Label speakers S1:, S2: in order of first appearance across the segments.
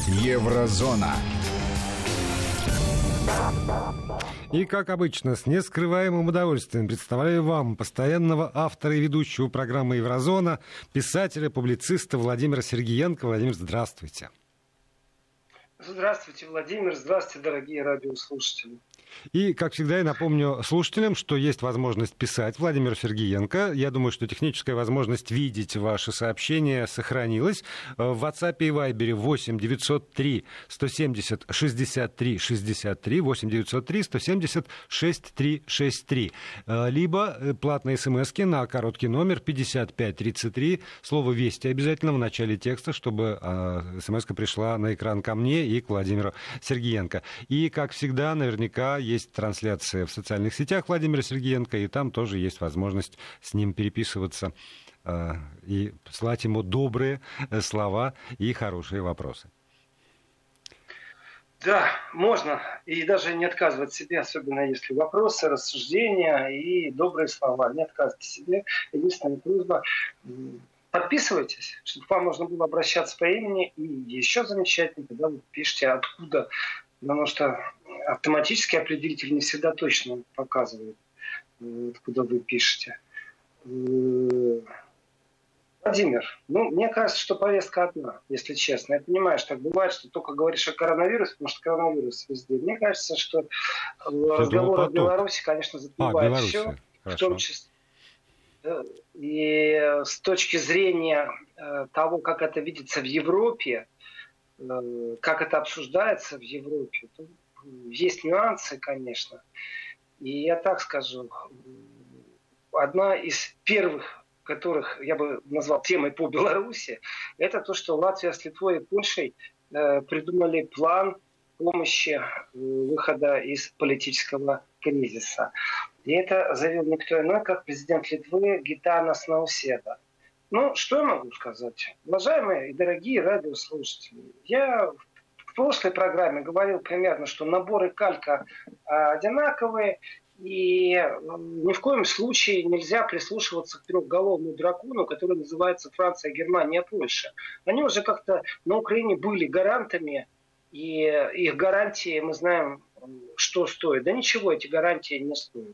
S1: Еврозона.
S2: И, как обычно, с нескрываемым удовольствием представляю вам постоянного автора и ведущего программы «Еврозона», писателя, публициста Владимира Сергиенко. Владимир, здравствуйте.
S3: Здравствуйте, Владимир. Здравствуйте, дорогие радиослушатели.
S2: И, как всегда, я напомню слушателям, что есть возможность писать Владимиру Сергиенко. Я думаю, что техническая возможность видеть ваши сообщения сохранилась. В WhatsApp и Viber 8 903 170 63 63, 8 903 170 63 63. Либо платные смски на короткий номер 5533. Слово «Вести» обязательно в начале текста, чтобы смска пришла на экран ко мне и к Владимиру Сергиенко. И, как всегда, наверняка есть трансляция в социальных сетях Владимира Сергиенко, и там тоже есть возможность с ним переписываться и слать ему добрые слова и хорошие вопросы.
S3: Да, можно. И даже не отказывать себе, особенно если вопросы, рассуждения и добрые слова. Не отказывайте себе. Единственная просьба: подписывайтесь, чтобы к вам можно было обращаться по имени. И еще замечательно, когда вы пишете откуда. Потому что автоматический определитель не всегда точно показывает, откуда вы пишете. Владимир, мне кажется, что повестка одна, если честно. Я понимаю, что так бывает, что только говоришь о коронавирусе, потому что коронавирус везде. Мне кажется, что разговор о Беларуси, конечно, затмевает все, в том числе. И с точки зрения того, как это видится в Европе, как это обсуждается в Европе, то есть нюансы, конечно. И я так скажу, одна из первых, которых я бы назвал темой по Беларуси, это то, что Латвия с Литвой и Польшей придумали план помощи выхода из политического кризиса. И это заявил никто иной, как президент Литвы Гитанас Науседа. Что я могу сказать? Уважаемые и дорогие радиослушатели, я в прошлой программе говорил примерно, что наборы калька одинаковые, и ни в коем случае нельзя прислушиваться к трехголовому дракону, который называется Франция, Германия, Польша. Они уже как-то на Украине были гарантами, и их гарантии, мы знаем, что стоят. Да ничего эти гарантии не стоят.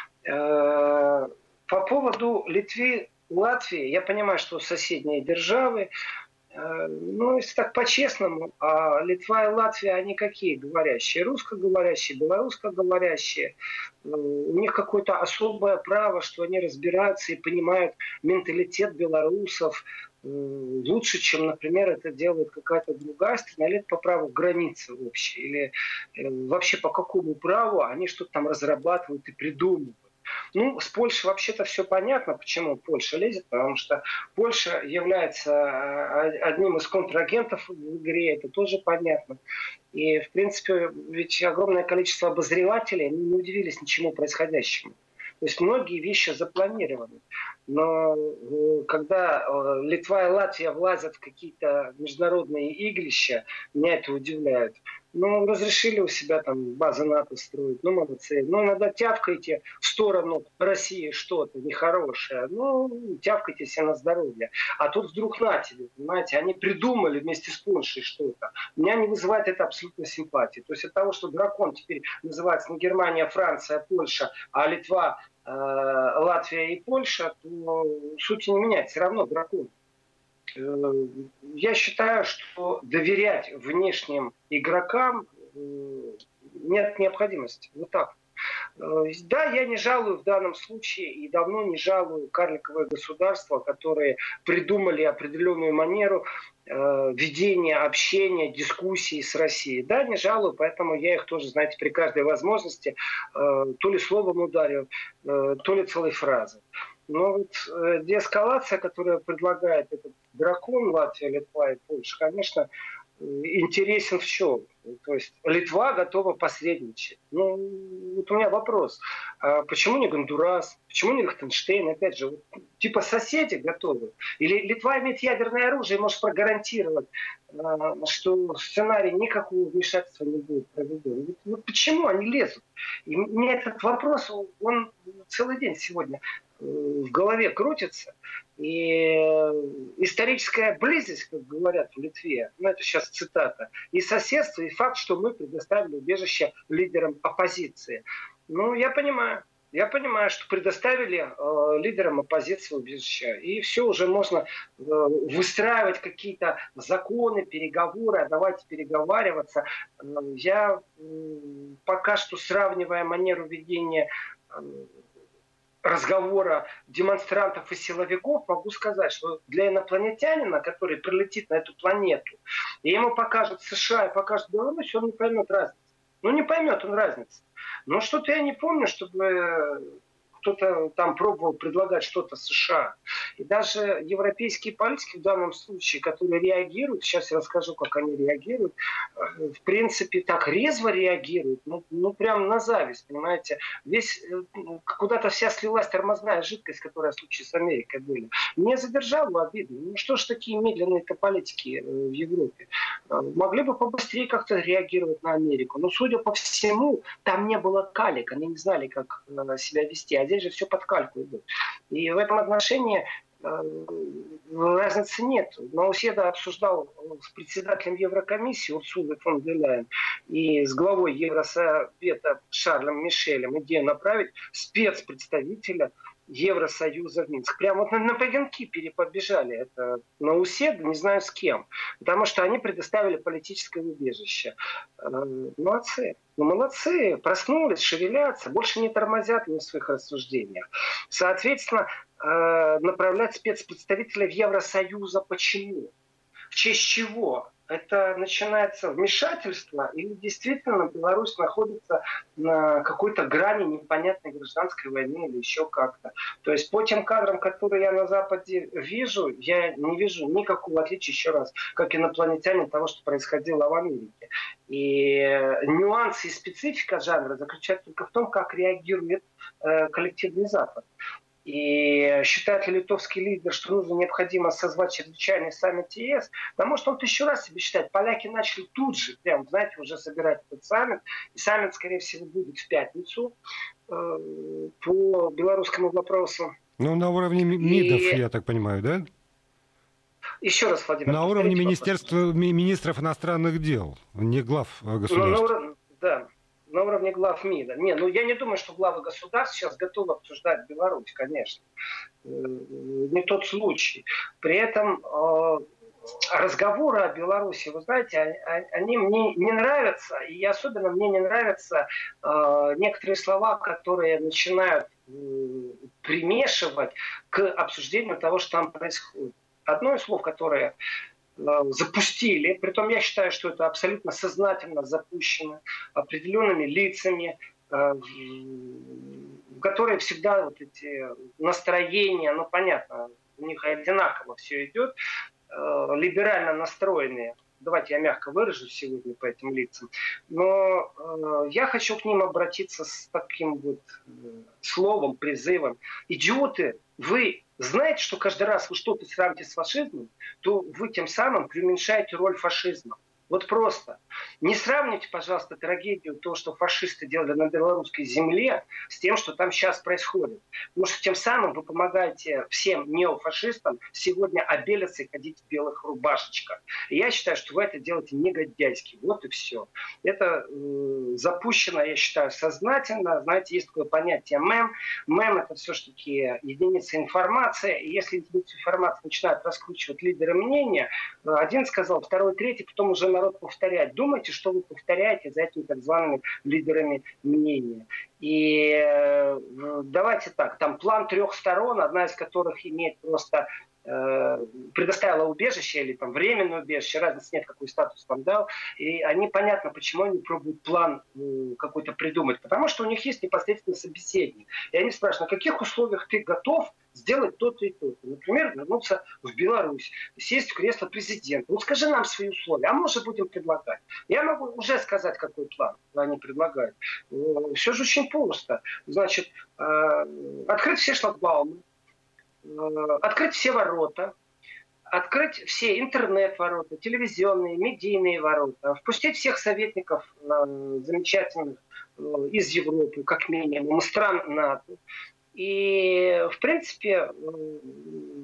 S3: По поводу Литвы, Латвии, я понимаю, что соседние державы, если так по-честному, Литва и Латвия, они какие говорящие? Русскоговорящие, белорусскоговорящие. У них какое-то особое право, что они разбираются и понимают менталитет белорусов лучше, чем, например, это делает какая-то другая страна, или это по праву границы общей, или вообще по какому праву они что-то там разрабатывают и придумывают. С Польшей вообще-то все понятно, почему Польша лезет, потому что Польша является одним из контрагентов в игре, это тоже понятно. И, в принципе, ведь огромное количество обозревателей не удивились ничему происходящему. То есть многие вещи запланированы. Но когда Литва и Латвия влазят в какие-то международные игрища, меня это удивляет. Разрешили у себя там базы НАТО строить, молодцы. Иногда тявкаете в сторону России что-то нехорошее, тявкайте себе на здоровье. А тут вдруг на тебе, понимаете, они придумали вместе с Польшей что-то. Меня не вызывает это абсолютно симпатии. То есть от того, что дракон теперь называется не Германия, Франция, Польша, а Литва, Латвия и Польша, то суть не меняется, все равно дракон. Я считаю, что доверять внешним игрокам нет необходимости. Вот так. Да, я не жалую в данном случае и давно не жалую карликовое государство, которые придумали определенную манеру ведения, общения, дискуссий с Россией. Да, не жалую, поэтому я их тоже, знаете, при каждой возможности то ли словом ударю, то ли целой фразой. Но деэскалация, которую предлагает этот дракон Латвия, Литва и Польша, конечно, интересен в чем? То есть Литва готова посредничать. У меня вопрос. Почему не Гондурас? Почему не Лихтенштейн? Опять же, типа соседи готовы? Или Литва имеет ядерное оружие и может прогарантировать, что сценарий никакого вмешательства не будет проведен? Почему они лезут? И мне этот вопрос, он целый день сегодня в голове крутится. И историческая близость, как говорят в Литве, ну это сейчас цитата, и соседство, и факт, что мы предоставили убежище лидерам оппозиции. Ну, я понимаю, что предоставили лидерам оппозиции убежища. И все, уже можно выстраивать какие-то законы, переговоры, а давайте переговариваться. Я пока что, сравнивая манеру ведения разговора демонстрантов и силовиков, могу сказать, что для инопланетянина, который прилетит на эту планету, и ему покажут США и покажут Беларусь, он не поймет разницы. Ну, не поймет он разницы. Но что-то я не помню, чтобы кто-то там пробовал предлагать что-то США. И даже европейские политики в данном случае, которые реагируют, сейчас я расскажу, как они реагируют, в принципе, так резво реагируют, ну прям на зависть, понимаете. Куда-то вся слилась тормозная жидкость, которая в случае с Америкой были. Не задержала обидно. Ну что ж такие медленные-то политики в Европе? Могли бы побыстрее как-то реагировать на Америку. Но, судя по всему, там не было калик, они не знали, как себя вести. А здесь же все под кальку идет. И в этом отношении разницы нет. Науседа обсуждал с председателем Еврокомиссии Урсулой фон дер Ляйен и с главой Евросовета Шарлем Мишелем идею направить спецпредставителя Евросоюза в Минск. Прямо вот на погонки перепобежали. Это Науседа, не знаю с кем. Потому что они предоставили политическое убежище. Молодцы. Ну, молодцы. Проснулись, шевелятся, больше не тормозят в своих рассуждениях. Соответственно, направлять спецпредставителя в Евросоюза. Почему? В честь чего? Это начинается вмешательство или действительно Беларусь находится на какой-то грани непонятной гражданской войны или еще как-то. То есть по тем кадрам, которые я на Западе вижу, я не вижу никакого отличия, еще раз, как инопланетянин того, что происходило в Америке. И нюансы и специфика жанра заключаются только в том, как реагирует коллективный Запад. И считает ли литовский лидер, что нужно необходимо созвать чрезвычайный саммит ЕС? Да может он еще раз себе считает. Поляки начали тут же, прям, знаете, уже собирать этот саммит. И саммит, скорее всего, будет в пятницу по белорусскому вопросу.
S2: Ну, на уровне МИДов, я так понимаю, да?
S3: Еще раз, Владимир.
S2: На уровне министров иностранных дел, не глав государств.
S3: Да. На уровне глав МИДа. Я не думаю, что главы государств сейчас готовы обсуждать Беларусь, конечно. Не тот случай. При этом разговоры о Беларуси, вы знаете, они мне не нравятся. И особенно мне не нравятся некоторые слова, которые начинают примешивать к обсуждению того, что там происходит. Одно из слов, которое запустили, притом я считаю, что это абсолютно сознательно запущено определенными лицами, которые всегда вот эти настроения, ну понятно, у них одинаково все идет, либерально настроенные. Давайте я мягко выражусь сегодня по этим лицам. Но я хочу к ним обратиться с таким вот словом, призывом. Идиоты, вы знаете, что каждый раз вы что-то сравните с фашизмом, то вы тем самым преуменьшаете роль фашизма. Вот просто. Не сравните, пожалуйста, трагедию, то, что фашисты делали на белорусской земле, с тем, что там сейчас происходит. Потому что тем самым вы помогаете всем неофашистам сегодня обелиться и ходить в белых рубашечках. И я считаю, что вы это делаете негодяйски. Вот и все. Это запущено, я считаю, сознательно. Знаете, есть такое понятие мем. Мем — это все-таки единица информации. И если единицу информации начинают раскручивать лидеры мнения, один сказал, второй, третий, потом уже народ повторять. Думайте, что вы повторяете за этими так зваными лидерами мнения. И давайте так, там план 3 сторон, одна из которых имеет просто предоставила убежище или там временное убежище, разницы нет, какой статус там дал. И они, понятно, почему они пробуют план какой-то придумать. Потому что у них есть непосредственно собеседник. И они спрашивают, на каких условиях ты готов сделать то-то и то-то. Например, вернуться в Беларусь, сесть в кресло президента. Вот скажи нам свои условия, а мы уже будем предлагать. Я могу уже сказать, какой план они предлагают. Все же очень просто. Значит, открыть все шлагбаумы, открыть все ворота, открыть все интернет-ворота, телевизионные, медийные ворота, впустить всех советников замечательных из Европы, как минимум, стран НАТО. И, в принципе,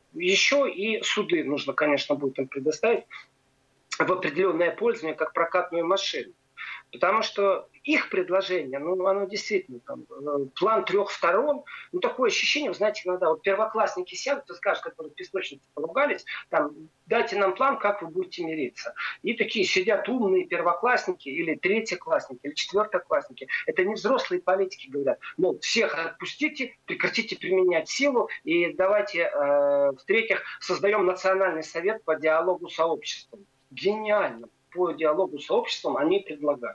S3: Еще и суды нужно, конечно, будет им предоставить в определенное пользование, как прокатную машину. Потому что их предложение, ну, оно действительно там, план трех сторон, ну, такое ощущение, вы знаете, иногда вот первоклассники сядут и скажут, которые в песочнице поругались, там, дайте нам план, как вы будете мириться. И такие сидят умные первоклассники, или третьеклассники, или четвертоклассники. Это не взрослые политики говорят, мол, всех отпустите, прекратите применять силу, и давайте, в-третьих, создаем национальный совет по диалогу с сообществом. Гениально. По диалогу с обществом они предлагают.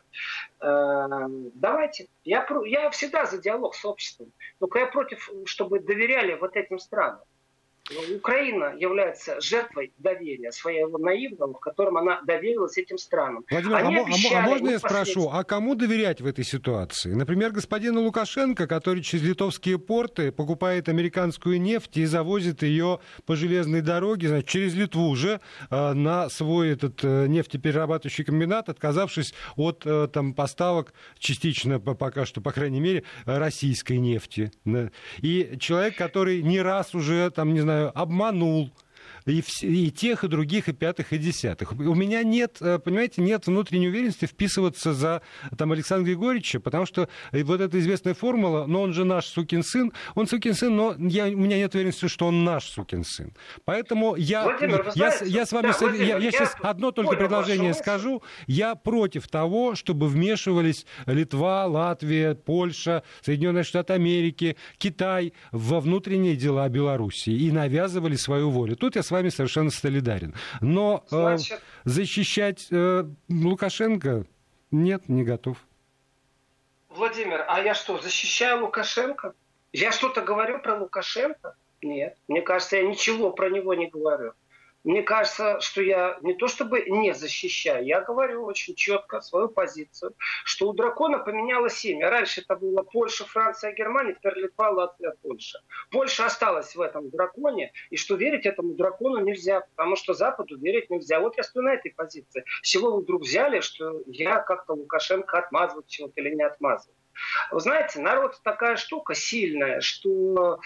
S3: Давайте. Я всегда за диалог с обществом. Только я против, чтобы доверяли вот этим странам. Украина является жертвой доверия своего наивного, в котором она доверилась этим странам.
S2: Владимир, можно я спрошу, а кому доверять в этой ситуации? Например, господину Лукашенко, который через литовские порты покупает американскую нефть и завозит ее по железной дороге, значит, через Литву уже на свой этот нефтеперерабатывающий комбинат, отказавшись от там, поставок частично, пока что, по крайней мере, российской нефти. И человек, который не раз уже, там, не знаю, обманул и тех, и других, и пятых, и десятых. У меня нет, понимаете, нет внутренней уверенности вписываться за там, Александра Григорьевича, потому что вот эта известная формула, но он же наш сукин сын, он сукин сын, но у меня нет уверенности, что он наш сукин сын. Поэтому я с вами, Владимир, я сейчас одно только предложение скажу, я против того, чтобы вмешивались Литва, Латвия, Польша, Соединенные Штаты Америки, Китай во внутренние дела Белоруссии и навязывали свою волю. Тут я с вами совершенно солидарен. Но защищать Лукашенко нет, не готов.
S3: Владимир, а я что, защищаю Лукашенко? Я что-то говорю про Лукашенко? Нет. Мне кажется, я ничего про него не говорю. Мне кажется, что я не то чтобы не защищаю, я говорю очень четко свою позицию, что у дракона поменялось имя. Раньше это было Польша, Франция, Германия, теперь Литва, Латвия, Польша. Польша осталась в этом драконе, и что верить этому дракону нельзя, потому что Западу верить нельзя. Вот я стою на этой позиции. С чего вы вдруг взяли, что я как-то Лукашенко отмазываю чего-то или не отмазываю? Вы знаете, народ такая штука сильная, что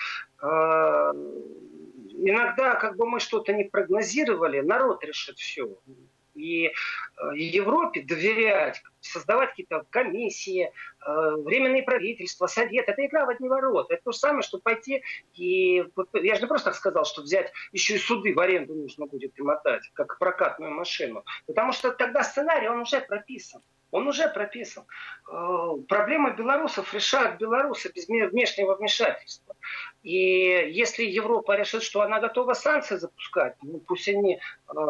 S3: иногда, как бы мы что-то не прогнозировали, народ решит все. И Европе доверять, создавать какие-то комиссии, временные правительства, совет, это игра в одни ворота. Это то же самое, что пойти и... Я же не просто так сказал, что взять еще и суды в аренду нужно будет примотать, как прокатную машину. Потому что тогда сценарий, он уже прописан. Он уже прописан. Проблемы белорусов решают белорусы без внешнего вмешательства. И если Европа решит, что она готова санкции запускать, ну, пусть они,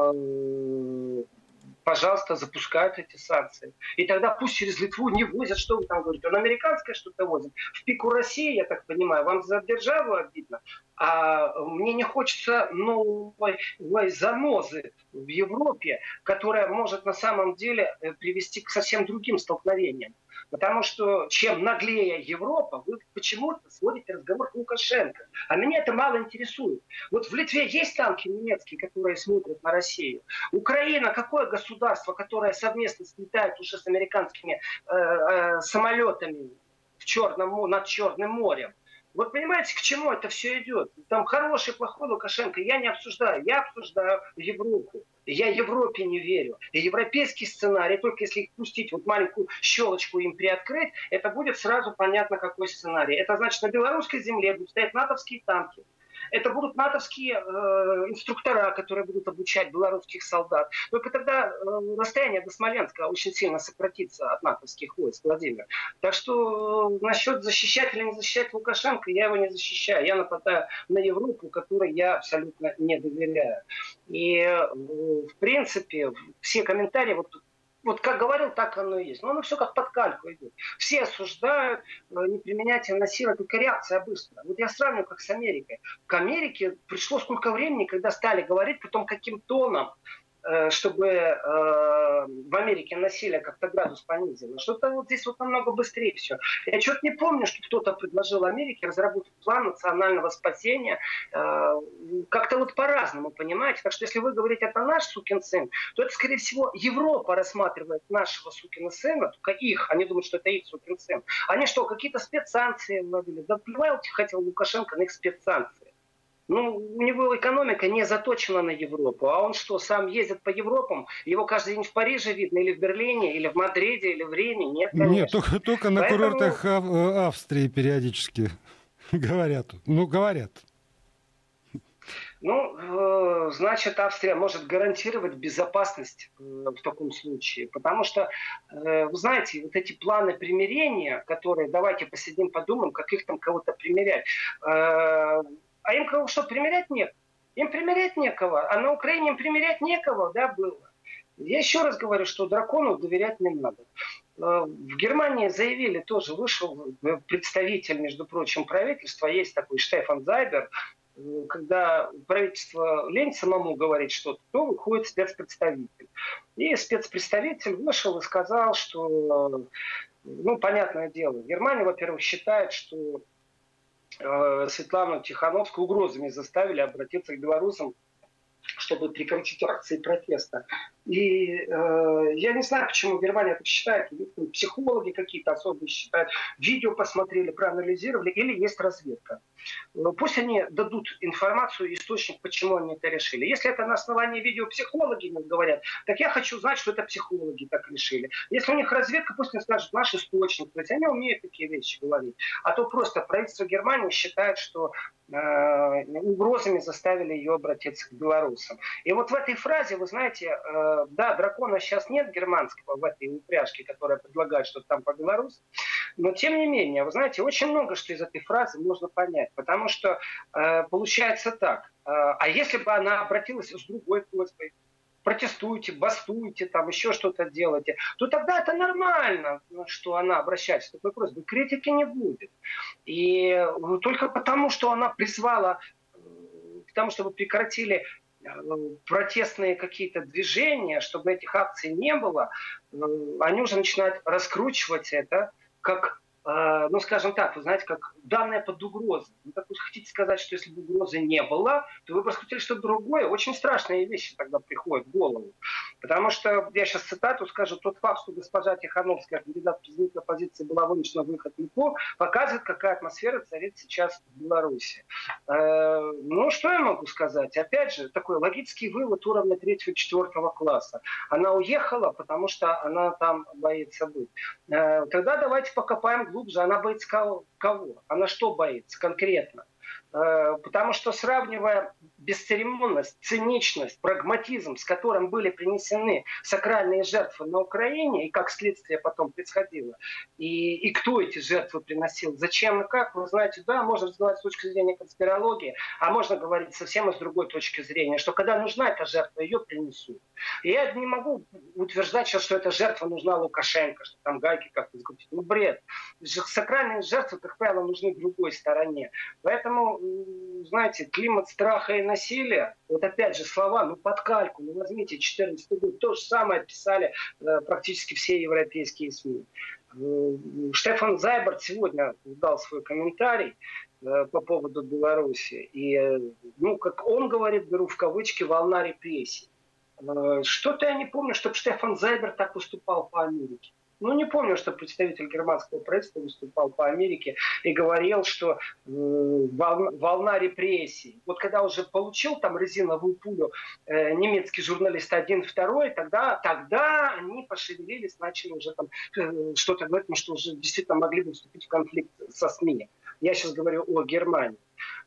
S3: пожалуйста, запускают эти санкции. И тогда пусть через Литву не возят, что вы там говорите, он американское что-то возит. В пику России, я так понимаю, вам за державу обидно. А мне не хочется новой занозы в Европе, которая может на самом деле привести к совсем другим столкновениям. Потому что чем наглее Европа, вы почему-то сводите разговор к Лукашенко. А меня это мало интересует. Вот в Литве есть танки немецкие, которые смотрят на Россию. Украина, какое государство, которое совместно слетает уже с американскими самолетами над Черным морем? Вот понимаете, к чему это все идет? Там хороший, плохой Лукашенко я не обсуждаю. Я обсуждаю Европу. Я Европе не верю. И европейский сценарий, только если их пустить, вот маленькую щелочку им приоткрыть, это будет сразу понятно, какой сценарий. Это значит, на белорусской земле будут стоять натовские танки. Это будут натовские инструктора, которые будут обучать белорусских солдат. Только тогда расстояние до Смоленска очень сильно сократится от натовских войск, Владимир. Так что насчет защищать или не защищать Лукашенко, я его не защищаю. Я нападаю на Европу, которой я абсолютно не доверяю. И в принципе все комментарии, вот как говорил, так оно и есть. Но оно все как под кальку идет. Все осуждают неприменятие насилия, только реакция быстрая. Вот я сравню как с Америкой. К Америке пришло сколько времени, когда стали говорить, потом каким тоном, чтобы в Америке насилие как-то градус понизило. Что-то вот здесь вот намного быстрее все. Я что-то не помню, что кто-то предложил Америке разработать план национального спасения. Как-то вот по-разному, понимаете? Так что если вы говорите, это наш сукин сын, то это, скорее всего, Европа рассматривает нашего сукина сына, только их. Они думают, что это их сукин сын. Они что, какие-то спецсанкции вводили? Да плевать хотел Лукашенко на их спецсанкции. Ну, у него экономика не заточена на Европу. А он что, сам ездит по Европам? Его каждый день в Париже видно, или в Берлине, или в Мадриде, или в Риме? Нет,
S2: Нет,
S3: конечно.
S2: только на
S3: Поэтому,
S2: курортах Австрии периодически говорят. Ну, говорят.
S3: ну, значит, Австрия может гарантировать безопасность в таком случае. Потому что, вы знаете, вот эти планы примирения, которые, давайте посидим, подумаем, как их там кого-то примирять. А им кого что, примирять нет? Им примирять некого. А на Украине им примирять некого, да, было. Я еще раз говорю, что дракону доверять не надо. В Германии заявили тоже, вышел представитель, между прочим, правительства, есть такой Штефан Зайбер, когда правительство лень самому говорить что-то, то выходит спецпредставитель. И спецпредставитель вышел и сказал, что, ну, понятное дело, Германия, во-первых, считает, что Светлану Тихановскую угрозами заставили обратиться к белорусам, чтобы прекратить акции протеста. И я не знаю, почему Германия так считает. Психологи какие-то особые считают. Видео посмотрели, проанализировали, или есть разведка. Пусть они дадут информацию, источник, почему они это решили. Если это на основании видео психологи нам говорят, так я хочу знать, что это психологи так решили. Если у них разведка, пусть они скажут наш источник. То есть они умеют такие вещи говорить. А то просто правительство Германии считает, что угрозами заставили ее обратиться к белорусам. И вот в этой фразе, вы знаете, да, дракона сейчас нет германского в этой упряжке, которая предлагает что-то там по-белорусски, но тем не менее, вы знаете, очень много что из этой фразы можно понять, потому что получается так, а если бы она обратилась с другой просьбой, протестуйте, бастуйте, там еще что-то делайте, то тогда это нормально, что она обращается с такой просьбой. Критики не будет. И только потому, что она призвала к тому, чтобы прекратили протестные какие-то движения, чтобы этих акций не было, они уже начинают раскручивать это как, ну, скажем так, вы знаете, как данное под угрозой. Ну, так вы хотите сказать, что если бы угрозы не было, то вы бы раскрутили что-то другое. Очень страшные вещи тогда приходят в голову. Потому что, я сейчас цитату скажу, тот факт, что госпожа Тихановская, кандидат в президенты оппозиции, была вынуждена выехать в Литву, показывает, какая атмосфера царит сейчас в Беларуси. Ну, что я могу сказать? Опять же, такой логический вывод уровня 3-4 класса. Она уехала, потому что она там боится быть. Тогда давайте покопаем глубже. Она боится кого? Она что боится конкретно? Потому что, сравнивая бесцеремонность, циничность, прагматизм, с которым были принесены сакральные жертвы на Украине, и как следствие потом происходило, и кто эти жертвы приносил, зачем и как, вы знаете, да, можно разговаривать с точки зрения конспирологии, а можно говорить совсем с другой точки зрения, что когда нужна эта жертва, ее принесут. И я не могу утверждать сейчас, что эта жертва нужна Лукашенко, что там гайки как-то закрутить. Ну, бред. Сакральные жертвы, как правило, нужны другой стороне. Поэтому, знаете, климат страха и насилия, вот опять же слова, ну под кальку, ну возьмите 2014 год, то же самое писали практически все европейские СМИ. Штефан Зайберт сегодня дал свой комментарий по поводу Беларуси. И, ну, как он говорит, беру в кавычки, волна репрессий. Что-то я не помню, чтобы Штефан Зайберт так выступал по Америке. Ну, не помню, что представитель германского правительства выступал по Америке и говорил, что волна репрессий. Вот когда уже получил там резиновую пулю немецкий журналист 1-2, тогда они пошевелились, начали уже там что-то говорить, что уже действительно могли бы вступить в конфликт со СМИ. Я сейчас говорю о Германии.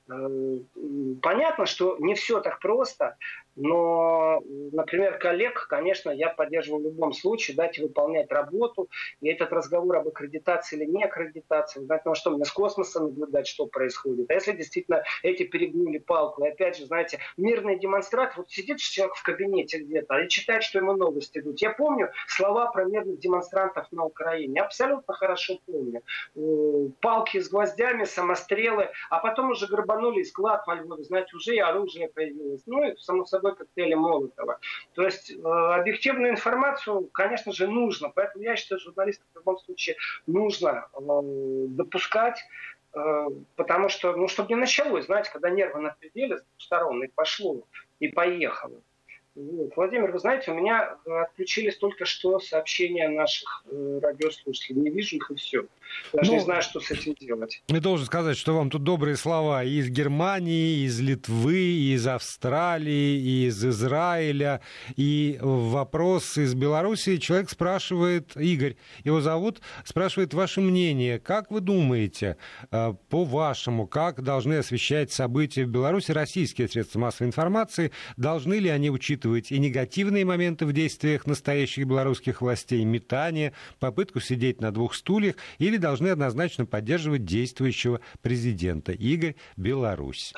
S3: Понятно, что не все так просто, но, например, коллег, конечно, я поддерживаю в любом случае, дайте выполнять работу. И этот разговор об аккредитации или не аккредитации, знаете, ну что, мне с космоса наблюдать, что происходит. А если действительно эти перегнули палку, и опять же, знаете, мирный демонстрант, вот сидит человек в кабинете где-то и читает, что ему новости идут. Я помню слова про мирных демонстрантов на Украине, абсолютно хорошо помню. Палки с гвоздями, самострелы, а потом уже грабанули склад во Львове, знаете, уже и оружие появилось. Ну и, само собой, коктейли Молотова. То есть объективную информацию, конечно же, нужно. Поэтому я считаю, журналистов в любом случае нужно допускать, потому что, чтобы не началось, знаете, когда нервы на пределе с двух сторон, и пошло, и поехало. Вот. Владимир, вы знаете, у меня отключились только что сообщения наших радиослушателей. Не вижу их и все. Даже не
S2: Ну,
S3: знаю, что с этим делать.
S2: я должен сказать, что вам тут добрые слова и из Германии, и из Литвы, и из Австралии, и из Израиля, и вопрос из Белоруссии. Человек спрашивает, Игорь, его зовут, спрашивает ваше мнение. Как вы думаете, по-вашему, как должны освещать события в Беларуси российские средства массовой информации? Должны ли они учитывать и негативные моменты в действиях настоящих белорусских властей, метание, попытку сидеть на двух стульях, или должны однозначно поддерживать действующего президента? Игорь, Беларусь.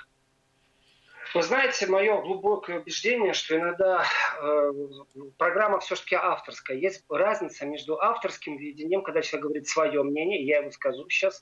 S3: Вы знаете, мое глубокое убеждение, что иногда программа все-таки авторская. Есть разница между авторским видением, когда человек говорит свое мнение, я его скажу сейчас,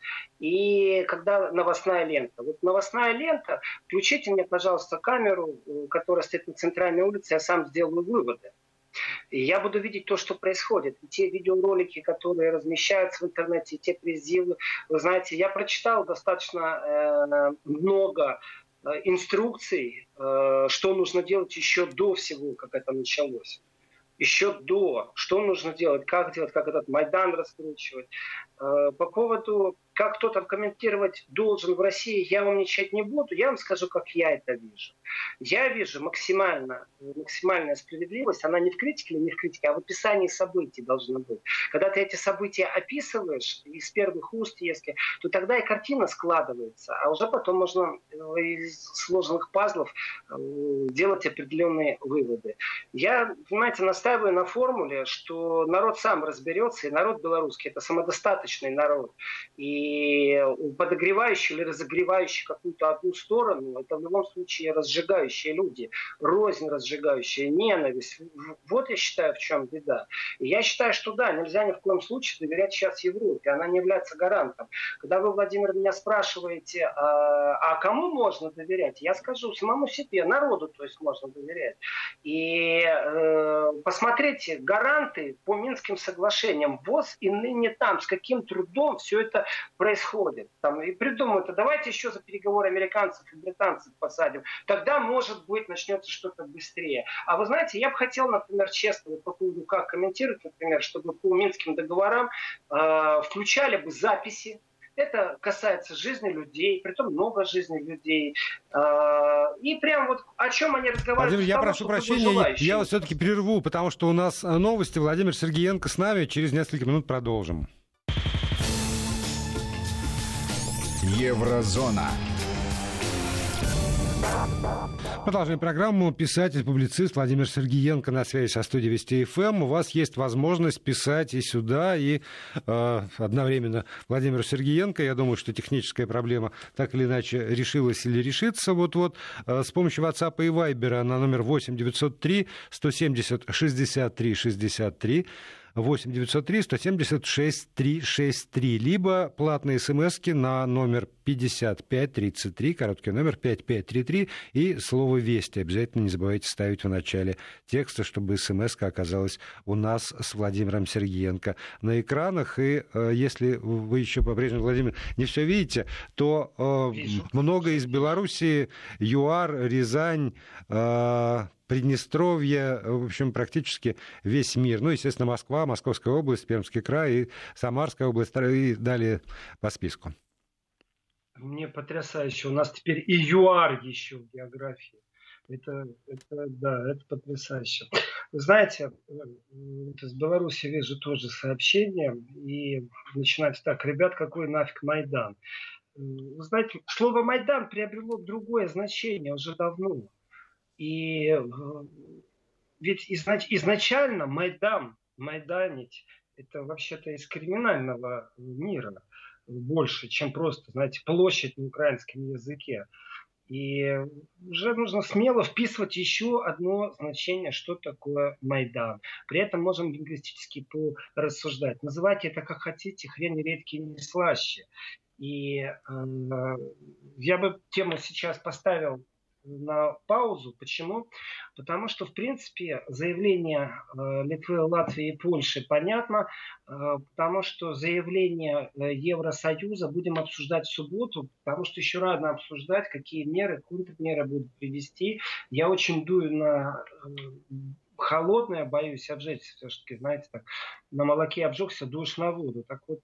S3: и когда новостная лента. Вот новостная лента, включите мне, пожалуйста, камеру, которая стоит на центральной улице, я сам сделаю выводы. И я буду видеть то, что происходит. И те видеоролики, которые размещаются в интернете, и те призывы. Вы знаете, я прочитал достаточно много инструкций, что нужно делать еще до всего, как это началось. Еще до, что нужно делать, как этот Майдан раскручивать. По поводу, как кто там комментировать должен в России, я вам ничать не буду. Я вам скажу, как я это вижу. Я вижу максимальная справедливость, она не в критике или не в критике, а в описании событий должна быть. Когда ты эти события описываешь из первых уст, если, то тогда и картина складывается, а уже потом можно из сложных пазлов делать определенные выводы. Я, понимаете, настаиваю на формуле, что народ сам разберется, и народ белорусский – это самодостаточный народ. И подогревающий или разогревающий какую-то одну сторону – это в любом случае разжигающие люди, рознь разжигающая, ненависть. Вот я считаю, в чем беда. И я считаю, что да, нельзя ни в коем случае доверять сейчас Европе. Она не является гарантом. Когда вы, Владимир, меня спрашиваете, а кому можно доверять, я скажу самому себе, народу, то есть можно доверять. И посмотрите, гаранты по Минским соглашениям, ВОЗ и ныне там, с каким трудом все это происходит. Там, и придумают, а давайте еще за переговоры американцев и британцев посадим. Тогда, может быть, начнется что-то быстрее. А вы знаете, я бы хотел, например, честно, по поводу как комментировать, например, чтобы по Минским договорам включали бы записи. Это касается жизни людей, притом много жизней людей. И прям вот о чем они разговаривают.
S2: Владимир, я прошу прощения, я вас все-таки прерву, потому что у нас новости. Владимир Сергеенко с нами. Через несколько минут продолжим.
S1: Еврозона.
S2: Продолжаем программу. Писатель, публицист Владимир Сергеенко на связи со студией Вести ФМ. У вас есть возможность писать и сюда, и одновременно Владимиру Сергеенко. Я думаю, что техническая проблема так или иначе решилась или решится вот-вот. С помощью WhatsApp и Viber на номер 8 903 170 63 63. 8 903 176 363, либо платные смски на номер 5533, короткий номер 5533, и слово «Вести». Обязательно не забывайте ставить в начале текста, чтобы смска оказалась у нас с Владимиром Сергеенко на экранах. И если вы еще по-прежнему, Владимир, не все видите, то много из Белоруссии, ЮАР, Рязань, Приднестровье, в общем, практически весь мир. Ну, естественно, Москва, Московская область, Пермский край и Самарская область, и далее по списку.
S3: Мне потрясающе. У нас теперь и ЮАР еще в географии. Это потрясающе. Вы знаете, из Беларуси вижу тоже сообщение, и начинается так: ребят, какой нафиг Майдан? Вы знаете, слово Майдан приобрело другое значение уже давно. И ведь изначально майданить, это вообще-то из криминального мира больше, чем просто, знаете, площадь на украинском языке. И уже нужно смело вписывать еще одно значение, что такое Майдан. При этом можем лингвистически порассуждать. Называйте это как хотите, хрен редкий не слаще. И я бы тему сейчас поставил на паузу. Почему? Потому что, в принципе, заявление Литвы, Латвии и Польши понятно, потому что заявление Евросоюза будем обсуждать в субботу, потому что еще рано обсуждать, какие меры, контрмеры будут привести. Я очень дую на холодное, боюсь обжечься все-таки, знаете, так, на молоке обжегся, дуешь на воду. Так вот,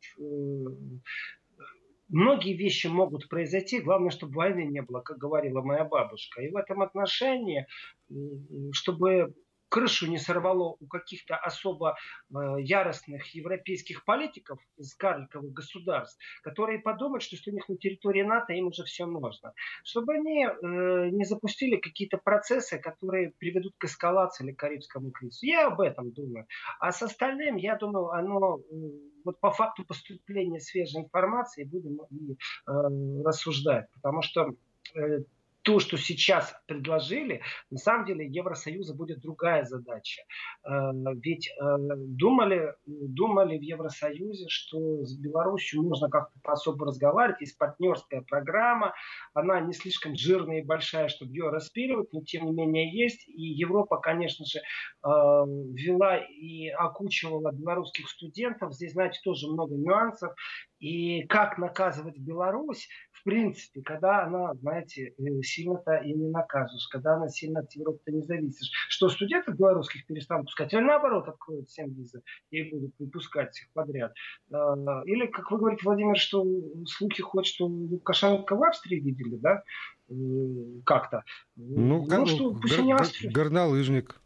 S3: многие вещи могут произойти, главное, чтобы войны не было, как говорила моя бабушка. И в этом отношении, чтобы крышу не сорвало у каких-то особо яростных европейских политиков из карликовых государств, которые подумают, что если у них на территории НАТО им уже все можно. Чтобы они не запустили какие-то процессы, которые приведут к эскалации или к Карибскому кризису. Я об этом думаю. А с остальным, я думаю, оно вот по факту поступления свежей информации будем и рассуждать. Потому что то, что сейчас предложили, на самом деле Евросоюза будет другая задача. Ведь думали в Евросоюзе, что с Беларусью можно как-то по-особо разговаривать. Есть партнерская программа, она не слишком жирная и большая, чтобы ее распиливать, но тем не менее есть. И Европа, конечно же, ввела и окучивала белорусских студентов. Здесь, знаете, тоже много нюансов. И как наказывать Беларусь, в принципе, когда она, знаете, сильно-то и не накажешь, когда она сильно от Европы не зависишь. Что студентов белорусских перестанут пускать, или наоборот откроют всем визы и будут выпускать всех подряд. Или, как вы говорите, Владимир, что слухи ходят, что Лукашенко в Австрии видели, да? Как-то.
S2: Ну,
S3: Ну что, пусть они Австрию.
S2: Горнолыжник.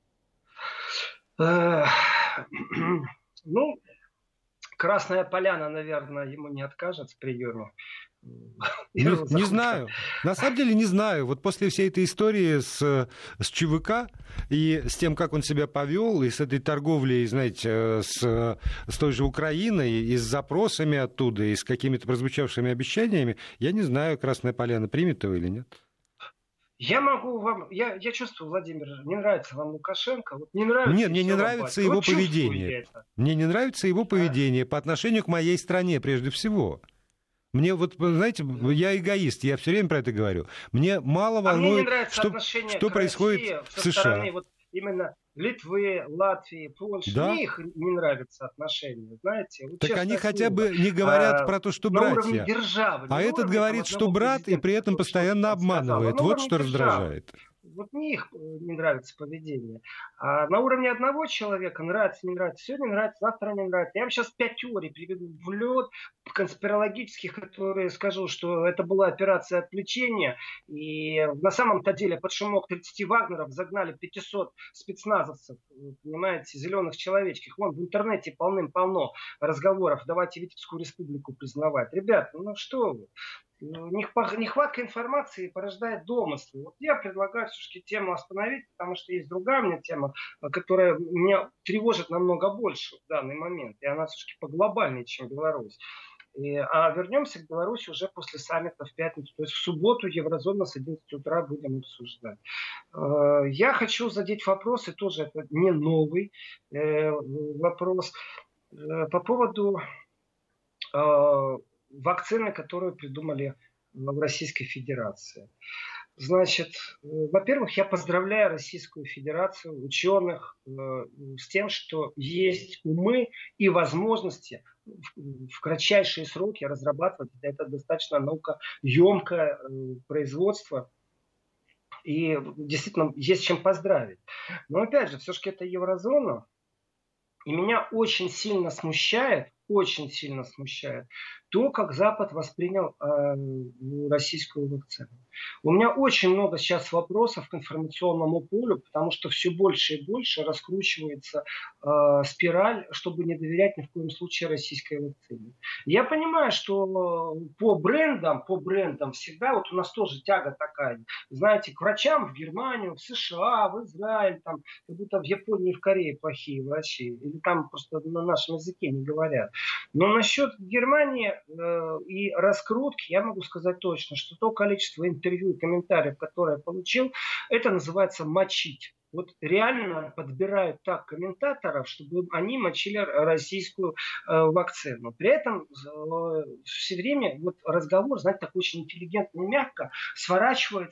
S3: Ну, Красная Поляна, наверное, ему не откажет в приеме.
S2: Не знаю. На самом деле не знаю. Вот после всей этой истории с ЧВК и с тем, как он себя повел, и с этой торговлей, знаете, с той же Украиной, и с запросами оттуда, и с какими-то прозвучавшими обещаниями, я не знаю, Красная Поляна примет его или нет.
S3: Я могу вам... Я чувствую, Владимир, не нравится вам Лукашенко. Вот не нравится.
S2: Нет, мне не нравится его поведение. Мне не нравится его поведение по отношению к моей стране, прежде всего. Мне вот, знаете, я эгоист, я все время про это говорю. Мне мало волнует, что происходит в США.
S3: Стороны, вот именно Литвы, Латвии, Польши.
S2: Да?
S3: Мне их не нравятся отношения, знаете. Вот
S2: так они хотя бы не говорят про то, что братья.
S3: Державы,
S2: а этот говорит, что брат, и при этом постоянно обманывает. Вот что раздражает.
S3: Вот мне их не нравится поведение. А на уровне одного человека нравится, не нравится. Сегодня нравится, завтра не нравится. Я вам сейчас 5 теорий приведу в лед конспирологических, которые скажу, что это была операция отвлечения. И на самом-то деле под шумок 30 вагнеров загнали 500 спецназовцев, понимаете, зеленых человечков. Вон в интернете полным-полно разговоров. Давайте Витебскую республику признавать. Ребята, ну что вы? Нехватка информации порождает домыслы. Вот я предлагаю все-таки тему остановить, потому что есть другая у меня тема, которая меня тревожит намного больше в данный момент. И она все-таки поглобальнее, чем Беларусь. А вернемся к Беларуси уже после саммита в пятницу. То есть в субботу Еврозона с 11 утра будем обсуждать. Я хочу задеть вопрос, и тоже это не новый вопрос, по поводу вакцины, которую придумали в Российской Федерации. Значит, во-первых, я поздравляю Российскую Федерацию, ученых с тем, что есть умы и возможности в кратчайшие сроки разрабатывать. Это достаточно наукоемкое производство. И действительно есть чем поздравить. Но опять же, все-таки это еврозона. И меня очень сильно смущает то, как Запад воспринял российскую вакцину. У меня очень много сейчас вопросов к информационному полю, потому что все больше и больше раскручивается спираль, чтобы не доверять ни в коем случае российской вакцине. Я понимаю, что по брендам всегда, вот у нас тоже тяга такая, знаете, к врачам в Германию, в США, в Израиль, там, как будто в Японии и в Корее плохие врачи, или там просто на нашем языке не говорят. Но насчет Германии и раскрутки я могу сказать точно, что то количество интервью и комментариев, которые я получил, это называется мочить. Вот реально подбирают так комментаторов, чтобы они мочили российскую вакцину. При этом все время вот разговор, знаете, такой очень интеллигентно и мягко сворачивается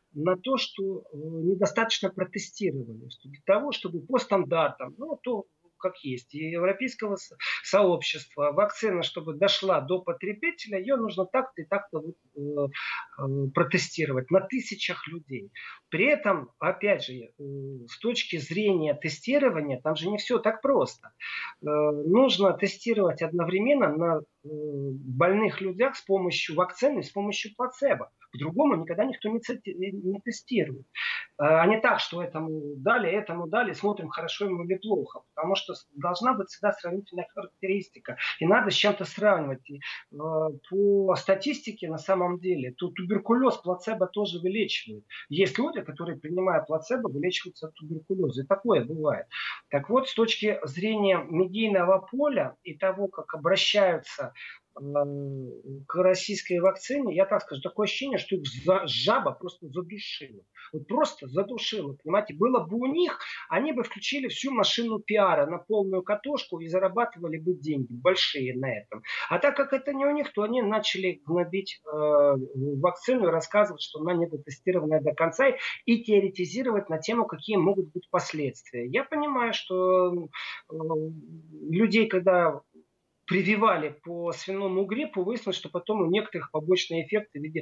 S3: на то, что недостаточно протестировали. Что для того, чтобы по стандартам, ну, то как есть, и европейского сообщества, вакцина, чтобы дошла до потребителя, ее нужно так-то и так-то вот, протестировать на тысячах людей. При этом, опять же, с точки зрения тестирования, там же не все так просто. Нужно тестировать одновременно на больных людях с помощью вакцины и с помощью плацебо. По-другому никогда никто не тестирует. А не так, что этому дали, смотрим, хорошо ему или плохо. Потому что должна быть всегда сравнительная характеристика. И надо с чем-то сравнивать. И, по статистике, на самом деле, то туберкулез плацебо тоже вылечивает. Есть люди, которые, принимая плацебо, вылечиваются от туберкулеза. И такое бывает. Так вот, с точки зрения медийного поля и того, как обращаются к российской вакцине, я так скажу, такое ощущение, что их жаба просто задушила. Вот просто задушила, понимаете. Было бы у них, они бы включили всю машину пиара на полную катушку и зарабатывали бы деньги большие на этом. А так как это не у них, то они начали гнобить вакцину и рассказывать, что она недотестированная до конца и теоретизировать на тему, какие могут быть последствия. Я понимаю, что людей, когда прививали по свиному гриппу, выяснилось, что потом у некоторых побочные эффекты в виде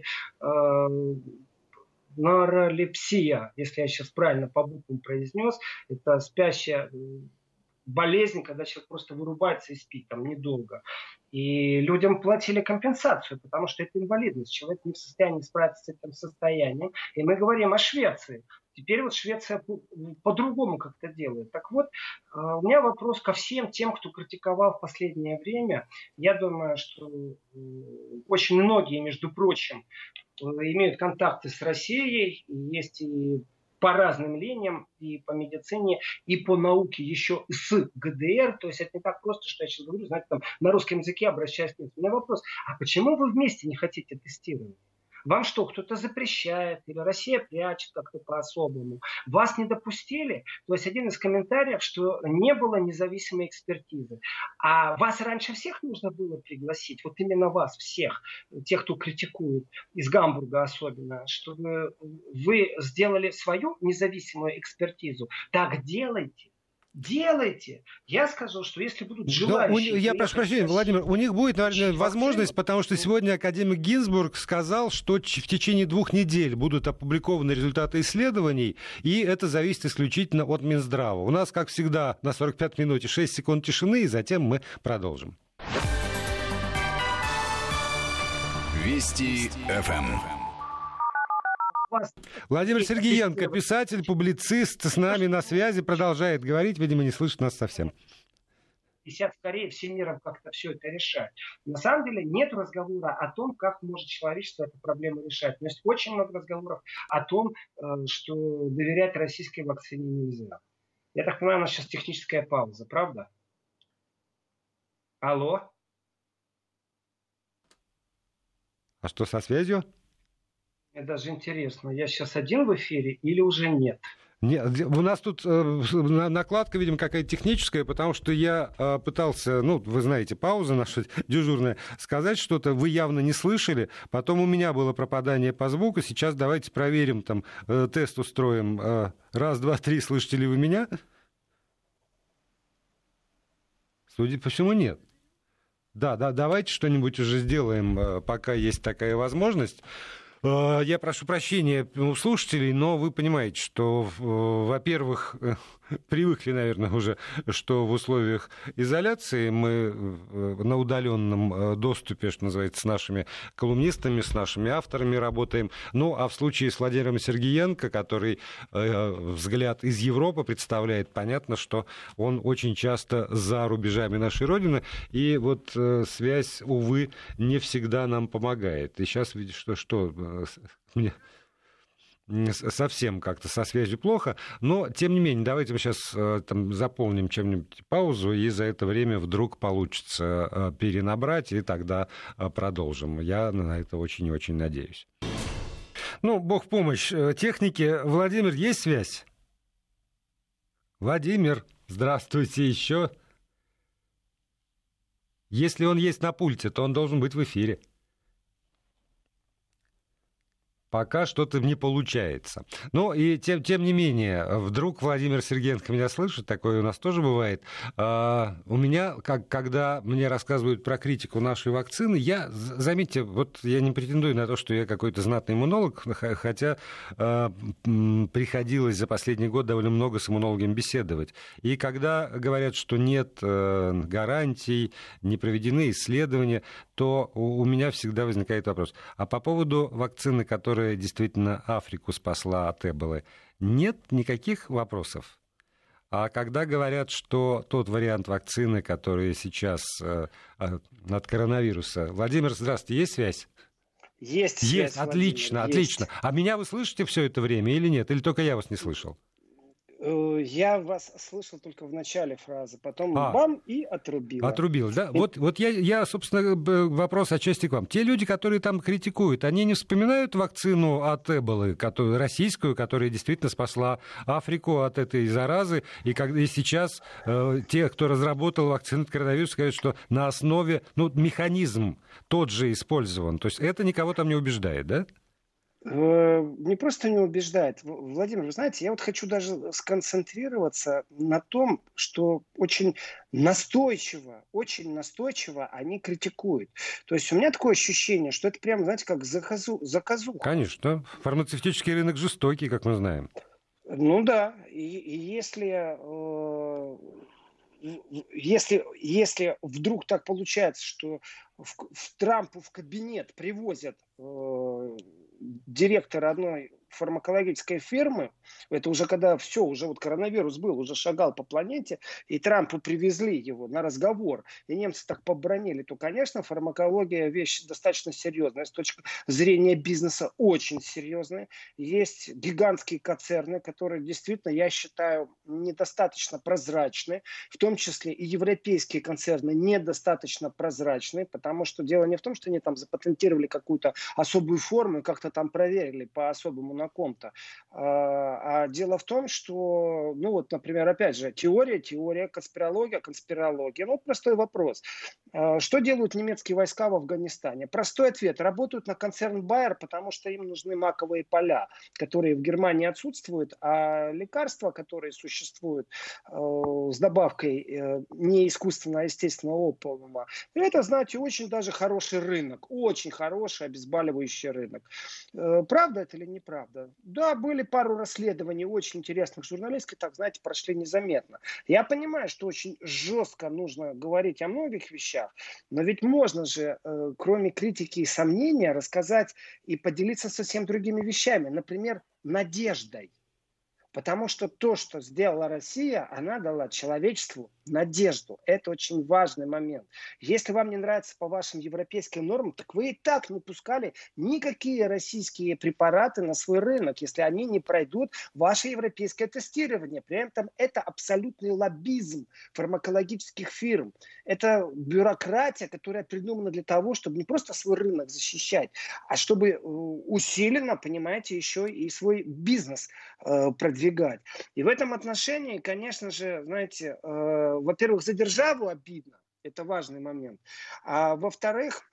S3: наролепсия, если я сейчас правильно по буквам произнес, это спящая болезнь, когда человек просто вырубается и спит там недолго. И людям платили компенсацию, потому что это инвалидность. Человек не в состоянии справиться с этим состоянием. И мы говорим о Швеции. Теперь вот Швеция по-другому как-то делает. Так вот, у меня вопрос ко всем тем, кто критиковал в последнее время. Я думаю, что очень многие, между прочим, имеют контакты с Россией. Есть и по разным линиям, и по медицине, и по науке еще с ГДР. То есть это не так просто, что я сейчас говорю, знаете, там на русском языке обращаюсь. У меня вопрос, а почему вы вместе не хотите тестировать? Вам что, кто-то запрещает? Или Россия прячет как-то по-особому? Вас не допустили? То есть один из комментариев, что не было независимой экспертизы. А вас раньше всех нужно было пригласить? Вот именно вас всех, тех, кто критикует, из Гамбурга особенно, чтобы вы сделали свою независимую экспертизу. Так делайте. Делайте. Я скажу, что если будут желающие...
S2: Я прошу прощения, Владимир, у них будет, наверное, возможность, потому что сегодня академик Гинзбург сказал, что в течение 2 недель будут опубликованы результаты исследований, и это зависит исключительно от Минздрава. У нас, как всегда, на 45 минуте 6 секунд тишины, и затем мы продолжим.
S1: Вести ФМ.
S2: Владимир Сергиенко, писатель, публицист, с нами на связи, продолжает говорить, видимо, не слышит нас совсем.
S3: И сейчас скорее всем миром как-то все это решать. На самом деле нет разговора о том, как может человечество эту проблему решать. Но есть очень много разговоров о том, что доверять российской вакцине нельзя. Я так понимаю, у нас сейчас техническая пауза, правда? Алло?
S2: А что со связью?
S3: Мне даже интересно, я сейчас один в эфире или уже нет?
S2: Нет, у нас тут накладка, видимо, какая-то техническая, потому что я пытался, вы знаете, пауза наша дежурная, сказать что-то, вы явно не слышали, потом у меня было пропадание по звуку, сейчас давайте проверим, там, тест устроим. 1, 2, 3, слышите ли вы меня? Судя по всему, нет. Да, давайте что-нибудь уже сделаем, пока есть такая возможность. Я прошу прощения у слушателей, но вы понимаете, что, во-первых, привыкли, наверное, уже, что в условиях изоляции мы на удаленном доступе, что называется, с нашими колумнистами, с нашими авторами работаем. Ну, а в случае с Владимиром Сергиенко, который взгляд из Европы представляет, понятно, что он очень часто за рубежами нашей Родины, и вот связь, увы, не всегда нам помогает. И сейчас видишь, что мне совсем как-то со связью плохо, но, тем не менее, давайте мы сейчас заполним чем-нибудь паузу, и за это время вдруг получится перенабрать, и тогда продолжим. Я на это очень и очень надеюсь. Бог в помощь технике. Владимир, есть связь? Владимир, здравствуйте еще. Если он есть на пульте, то он должен быть в эфире. пока что-то не получается. Ну, и тем не менее, вдруг Владимир Сергеенко меня слышит, такое у нас тоже бывает. У меня, когда мне рассказывают про критику нашей вакцины, заметьте, вот я не претендую на то, что я какой-то знатный иммунолог, хотя приходилось за последний год довольно много с иммунологами беседовать. И когда говорят, что нет гарантий, не проведены исследования, то у меня всегда возникает вопрос. А по поводу вакцины, которая действительно Африку спасла от Эболы, нет никаких вопросов? А когда говорят, что тот вариант вакцины, который сейчас от коронавируса... Владимир, здравствуйте, есть связь?
S3: Есть связь,
S2: есть, отлично,
S3: Владимир,
S2: отлично.
S3: есть.
S2: А меня вы слышите все это время или нет? Или только я вас не слышал?
S3: Я вас слышал только в начале фразы, потом бам и отрубила.
S2: Отрубил, да? Вот я, собственно, вопрос отчасти к вам. Те люди, которые там критикуют, они не вспоминают вакцину от Эболы, российскую, которая действительно спасла Африку от этой заразы, и сейчас те, кто разработал вакцину от коронавируса, говорят, что на основе, механизм тот же использован. То есть это никого там не убеждает, да?
S3: Не просто не убеждает. Владимир, вы знаете, я вот хочу даже сконцентрироваться на том, что очень настойчиво они критикуют. То есть у меня такое ощущение, что это прямо, знаете, как заказуха.
S2: Конечно. Фармацевтический рынок жестокий, как мы знаем.
S3: Ну да. И если вдруг так получается, что в Трампу в кабинет привозят директора одной фармакологической фирмы, это уже когда все, уже вот коронавирус был, уже шагал по планете, и Трампу привезли его на разговор, и немцы так побронили, то, конечно, фармакология вещь достаточно серьезная, с точки зрения бизнеса очень серьезная. Есть гигантские концерны, которые действительно, я считаю, недостаточно прозрачны, в том числе и европейские концерны недостаточно прозрачны, потому что дело не в том, что они там запатентировали какую-то особую форму и как-то там проверили по-особому на ком-то. А дело в том, что, например, опять же, теория, конспирология. Простой вопрос. Что делают немецкие войска в Афганистане? Простой ответ. Работают на концерн Bayer, потому что им нужны маковые поля, которые в Германии отсутствуют, а лекарства, которые существуют с добавкой не искусственного, а естественного опиума, это, знаете, очень даже хороший рынок. Очень хороший обезболивающий рынок. Правда это или неправда? Да, были пару расследований очень интересных журналистов, так, знаете, прошли незаметно. Я понимаю, что очень жестко нужно говорить о многих вещах, но ведь можно же, кроме критики и сомнения, рассказать и поделиться совсем другими вещами. Например, надеждой. Потому что то, что сделала Россия, она дала человечеству надежду. Это очень важный момент. Если вам не нравится по вашим европейским нормам, так вы и так не пускали никакие российские препараты на свой рынок, если они не пройдут ваше европейское тестирование. При этом это абсолютный лоббизм фармакологических фирм. Это бюрократия, которая придумана для того, чтобы не просто свой рынок защищать, а чтобы усиленно, понимаете, еще и свой бизнес продвигать. И в этом отношении, конечно же, знаете, во-первых, за державу обидно, это важный момент, а во-вторых,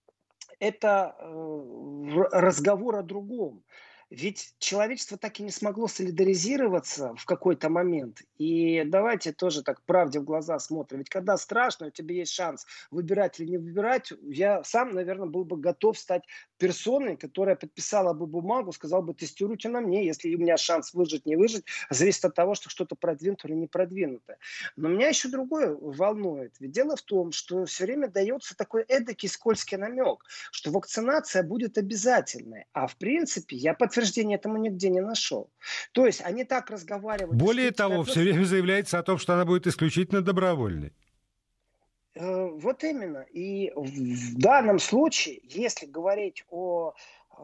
S3: это разговор о другом. Ведь человечество так и не смогло солидаризироваться в какой-то момент. И давайте тоже так правде в глаза смотрим. Ведь когда страшно, у тебя есть шанс выбирать или не выбирать, я сам, наверное, был бы готов стать персоной, которая подписала бы бумагу, сказала бы, тестируйте на мне, если у меня шанс выжить, не выжить, зависит от того, что что-то продвинуто или не продвинуто. Но меня еще другое волнует. Ведь дело в том, что все время дается такой эдакий скользкий намек, что вакцинация будет обязательной. А в принципе, я подтверждение этому нигде не нашел. То есть они так разговаривают.
S2: Более того, все время заявляется о том, что она будет исключительно добровольной.
S3: Вот именно. И в данном случае, если говорить о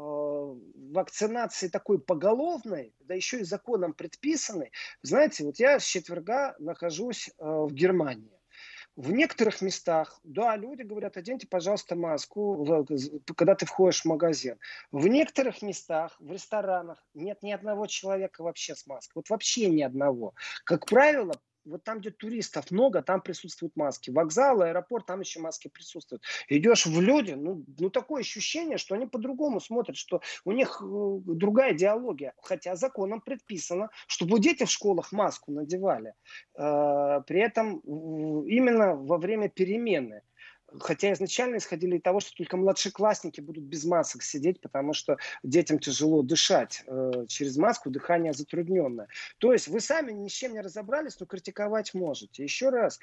S3: вакцинации такой поголовной, да еще и законом предписанной, знаете, вот я с четверга нахожусь в Германии. В некоторых местах, да, люди говорят, оденьте, пожалуйста, маску, когда ты входишь в магазин. В некоторых местах, в ресторанах нет ни одного человека вообще с маской. Вот вообще ни одного. Как правило, вот там, где туристов много, там присутствуют маски. Вокзал, аэропорт, там еще маски присутствуют. Идешь в люди, ну такое ощущение, что они по-другому смотрят, что у них другая идеология. Хотя законом предписано, чтобы дети в школах маску надевали. При этом именно во время перемены. Хотя изначально исходили из того, что только младшеклассники будут без масок сидеть, потому что детям тяжело дышать. Через маску дыхание затрудненное. То есть вы сами ни с чем не разобрались, но критиковать можете. Еще раз,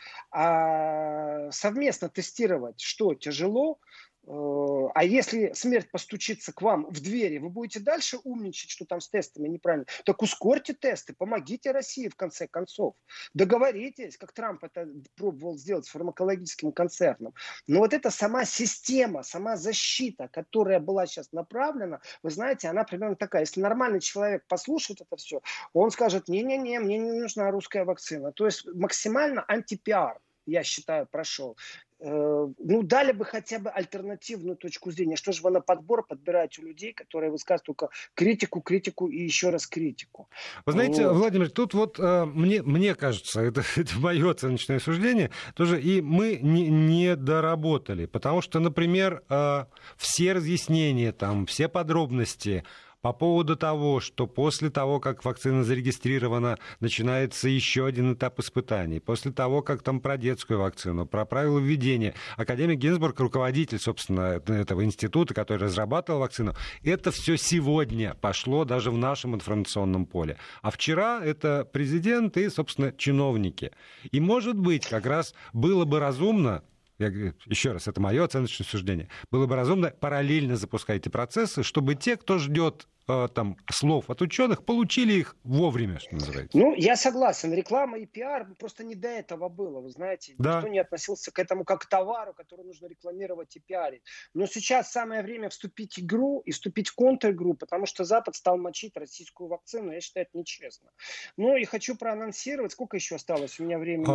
S3: совместно тестировать, что тяжело. А если смерть постучится к вам в двери, вы будете дальше умничать, что там с тестами неправильно? Так ускорьте тесты, помогите России в конце концов. Договоритесь, как Трамп это пробовал сделать с фармакологическим концерном. Но вот эта сама система, сама защита, которая была сейчас направлена, вы знаете, она примерно такая. Если нормальный человек послушает это все, он скажет, не-не-не, мне не нужна русская вакцина. То есть максимально антипиар, я считаю, прошел. Дали бы хотя бы альтернативную точку зрения. Что же вы на подбор подбираете у людей, которые высказывают только критику и еще раз критику?
S2: Вы знаете, Владимир, тут вот мне кажется, это мое оценочное суждение, тоже и мы не доработали, потому что, например, все разъяснения, там, все подробности по поводу того, что после того, как вакцина зарегистрирована, начинается еще один этап испытаний. После того, как там про детскую вакцину, про правила введения. Академик Гинзбург, руководитель, собственно, этого института, который разрабатывал вакцину, это все сегодня пошло даже в нашем информационном поле. А вчера это президент и, собственно, чиновники. И, может быть, как раз было бы разумно, я говорю, еще раз, это мое оценочное суждение, было бы разумно параллельно запускать эти процессы, чтобы те, кто ждет там слов от ученых, получили их вовремя, что называется.
S3: Я согласен. Реклама и пиар просто не до этого было, вы знаете. Да. Никто не относился к этому как к товару, который нужно рекламировать и пиарить. Но сейчас самое время вступить в игру и вступить в контр-игру, потому что Запад стал мочить российскую вакцину. Я считаю, это нечестно. И хочу проанонсировать. Сколько еще осталось у меня времени?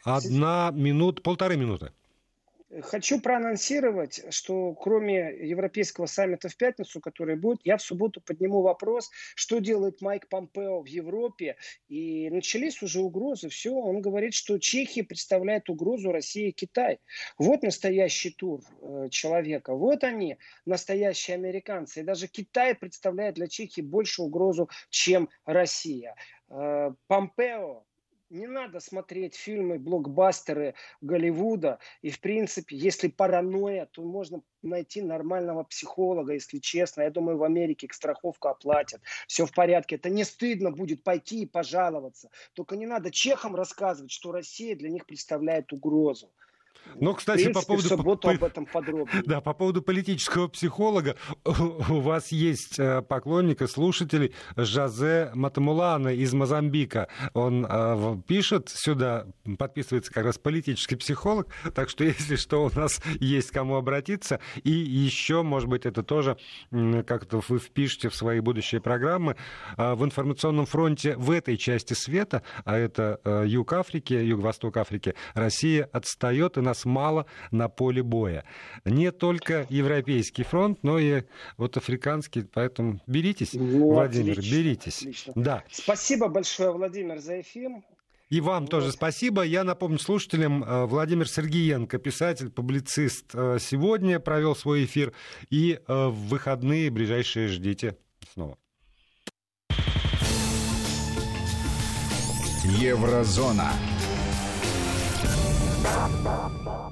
S2: 1,5 минуты.
S3: Хочу проанонсировать, что кроме Европейского саммита в пятницу, который будет, я в субботу подниму вопрос, что делает Майк Помпео в Европе. И начались уже угрозы. Все, он говорит, что Чехия представляет угрозу России и Китай. Вот настоящий тур человека. Вот они, настоящие американцы. И даже Китай представляет для Чехии больше угрозу, чем Россия. Помпео. Не надо смотреть фильмы, блокбастеры Голливуда. И, в принципе, если паранойя, то можно найти нормального психолога, если честно. Я думаю, в Америке страховку оплатят. Все в порядке. Это не стыдно будет пойти и пожаловаться. Только не надо чехам рассказывать, что Россия для них представляет угрозу.
S2: Но, кстати,
S3: в субботу об этом подробнее.
S2: Да, по поводу политического психолога у вас есть поклонник и слушатель Жозе Матамулана из Мозамбика. Он пишет сюда, подписывается как раз политический психолог, так что, если что, у нас есть к кому обратиться. И еще, может быть, это тоже как-то вы впишете в свои будущие программы. В информационном фронте в этой части света, а это юг Африки, юго-восток Африки, Россия отстает, и нас мало на поле боя. Не только Европейский фронт, но и вот африканский. Поэтому беритесь, Владимир, отлично, беритесь.
S3: Отлично.
S2: Да.
S3: Спасибо большое, Владимир, за эфир.
S2: И вам тоже спасибо. Я напомню слушателям, Владимир Сергиенко, писатель, публицист, сегодня провел свой эфир. И в выходные ближайшие ждите снова.
S1: Еврозона.